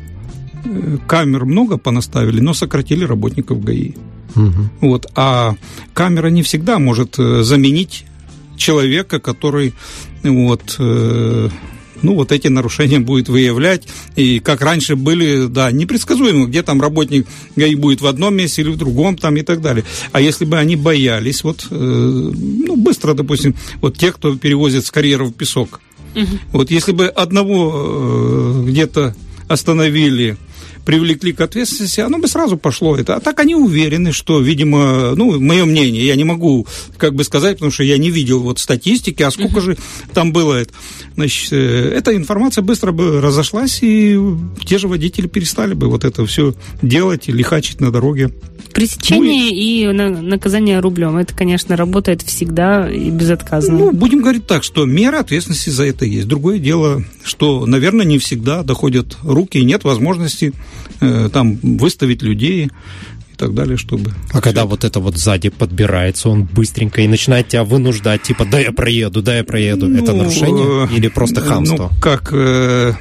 Камер много понаставили, но сократили работников ГАИ. Угу. Вот. А камера не всегда может заменить человека, который вот, э, ну, вот эти нарушения будет выявлять. И как раньше были, да, непредсказуемо, где там работник ГАИ будет в одном месте или в другом там и так далее. А если бы они боялись, вот, э, ну, быстро, допустим, вот те, кто перевозит с карьера в песок, угу. вот если бы одного э, где-то остановили, привлекли к ответственности, оно бы сразу пошло. Это. А так они уверены, что, видимо, ну, мое мнение, я не могу как бы сказать, потому что я не видел вот статистики, а сколько uh-huh. же там было это. Значит, эта информация быстро бы разошлась, и те же водители перестали бы вот это все делать и лихачить на дороге. Пресечение ну, и... и наказание рублем, это, конечно, работает всегда и безотказно. Ну, будем говорить так, что меры ответственности за это есть. Другое дело, что, наверное, не всегда доходят руки, и нет возможности э, там выставить людей и так далее, чтобы... А когда вот это вот сзади подбирается, он быстренько и начинает тебя вынуждать, типа, да я проеду, да я проеду. Ну, это нарушение или просто хамство? Ну, как... Э,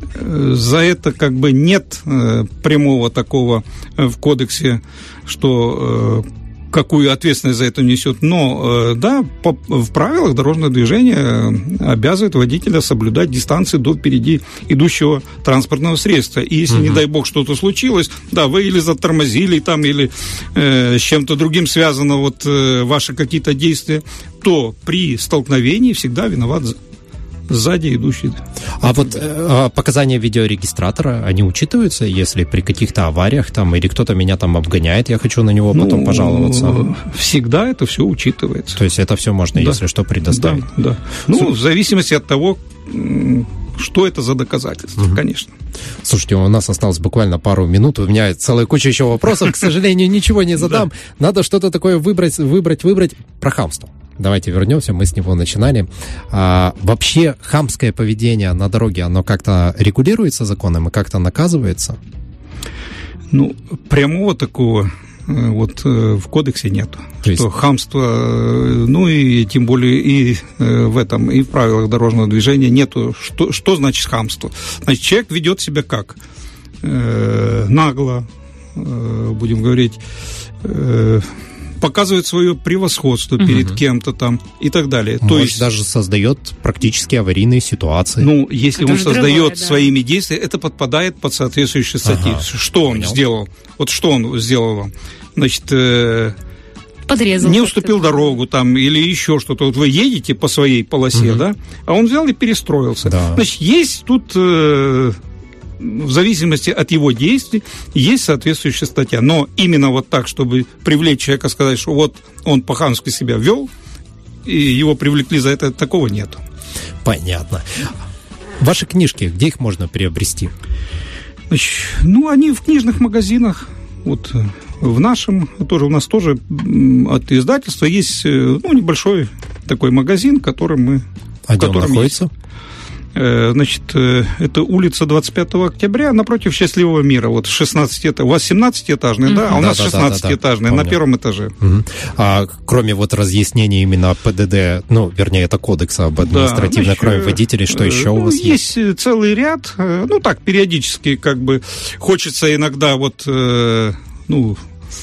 за это как бы нет э, прямого такого э, в кодексе, что э, какую ответственность за это несет. Но, э, да, по, в правилах дорожного движения обязывает водителя соблюдать дистанции до впереди идущего транспортного средства. И если, угу. не дай бог, что-то случилось, да, вы или затормозили там, или э, с чем-то другим связано вот э, ваши какие-то действия, то при столкновении всегда виноват сзади идущий. А вот э, показания видеорегистратора, они учитываются, если при каких-то авариях там, или кто-то меня там обгоняет, я хочу на него потом ну, пожаловаться? Всегда это все учитывается. То есть это все можно, да. если что, предоставить? Да, да. Ну, Су... в зависимости от того, что это за доказательство, угу. конечно. Слушайте, у нас осталось буквально пару минут, у меня целая куча еще вопросов, к сожалению, ничего не задам. Надо что-то такое выбрать, выбрать, выбрать про хамство. Давайте вернемся, мы с него начинали. А, вообще, хамское поведение на дороге, оно как-то регулируется законом и как-то наказывается? Ну, прямого такого вот в кодексе нету. То есть... Что хамство, ну и тем более и в этом, и в правилах дорожного движения нету. Что, что значит хамство? Значит, человек ведет себя как? Э, нагло, э, будем говорить, э, показывает свое превосходство угу. перед кем-то там и так далее. Может, То есть даже создает практически аварийные ситуации. Ну, если это он создает другое, да. своими действиями, это подпадает под соответствующие статьи. Ага, что он понял. сделал? Вот что он сделал вам? Значит, э, подрезал. Не уступил дорогу там или еще что-то. Вот вы едете по своей полосе, угу. да? А он взял и перестроился. Да. Значит, есть тут... Э, в зависимости от его действий есть соответствующая статья. Но именно вот так, чтобы привлечь человека, сказать, что вот он по-хамски себя вел, и его привлекли за это, такого нету. Понятно. Ваши книжки, где их можно приобрести? Значит, ну, они в книжных магазинах. Вот в нашем, тоже у нас тоже от издательства есть ну, небольшой такой магазин, который мы... А где он находится? Есть. Значит, это улица двадцать пятого октября напротив «Счастливого мира». Вот шестнадцать этажей. У вас семнадцатиэтажный, mm-hmm. да? А у да, нас да, шестнадцатиэтажный, да, да, да. на первом этаже. Mm-hmm. А кроме вот разъяснений именно ПДД, ну, вернее, это кодекса об административной, да, кроме водителей, что еще ну, у вас есть? Есть целый ряд. Ну, так, периодически, как бы, хочется иногда вот, ну...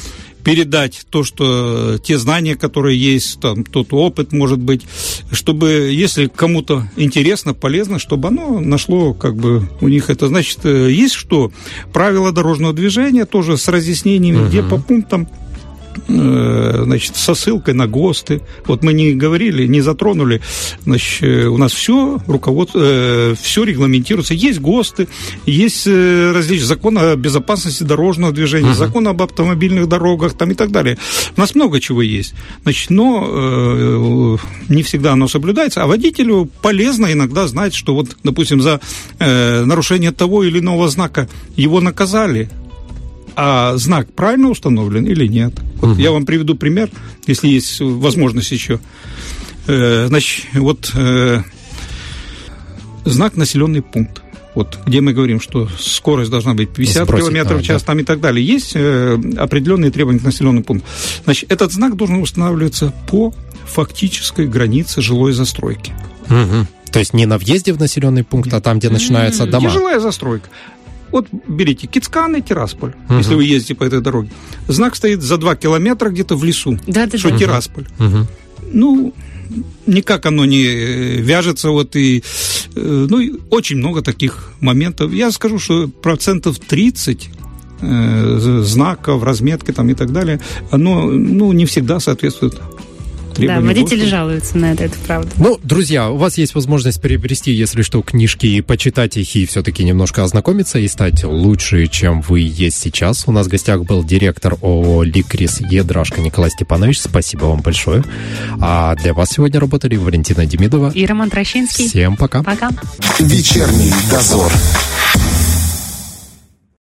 передать то, что те знания, которые есть, там, тот опыт, может быть, чтобы, если кому-то интересно, полезно, чтобы оно нашло, как бы, у них это, значит, есть что? Правила дорожного движения тоже с разъяснениями, uh-huh. где по пунктам, значит, со ссылкой на ГОСТы. Вот мы не говорили, не затронули, значит, у нас все руководство, все регламентируется. Есть ГОСТы, есть различные законы о безопасности дорожного движения, uh-huh. закон об автомобильных дорогах там, и так далее. У нас много чего есть. Значит, но э, не всегда оно соблюдается, а водителю полезно иногда знать, что вот, допустим, за э, нарушение того или иного знака его наказали, а знак правильно установлен или нет. Вот угу. я вам приведу пример, если есть возможность еще. Э, значит, вот э, знак «населенный пункт». Вот, где мы говорим, что скорость должна быть пятьдесят Сбросить, километров в час, да. там и так далее. Есть э, определенные требования к населенному пункту. Значит, этот знак должен устанавливаться по фактической границе жилой застройки. Угу. То есть не на въезде в населенный пункт, а там, где начинаются дома. Где жилая застройка. Вот берите Кицкан и Тирасполь, uh-huh. если вы ездите по этой дороге. Знак стоит за два километра где-то в лесу, да, что uh-huh. Тирасполь. Uh-huh. Ну, никак оно не вяжется. Вот и, ну, и очень много таких моментов. Я скажу, что процентов тридцать э, знаков, разметки там и так далее, оно, ну, не всегда соответствует. Да, водители жалуются на это, это правда. Ну, друзья, у вас есть возможность приобрести, если что, книжки и почитать их, и все-таки немножко ознакомиться и стать лучше, чем вы есть сейчас. У нас в гостях был директор ООО «Ликрис» Едрашко Николай Степанович. Спасибо вам большое. А для вас сегодня работали Валентина Демидова и Роман Трощинский. Всем пока. Пока. Вечерний дозор.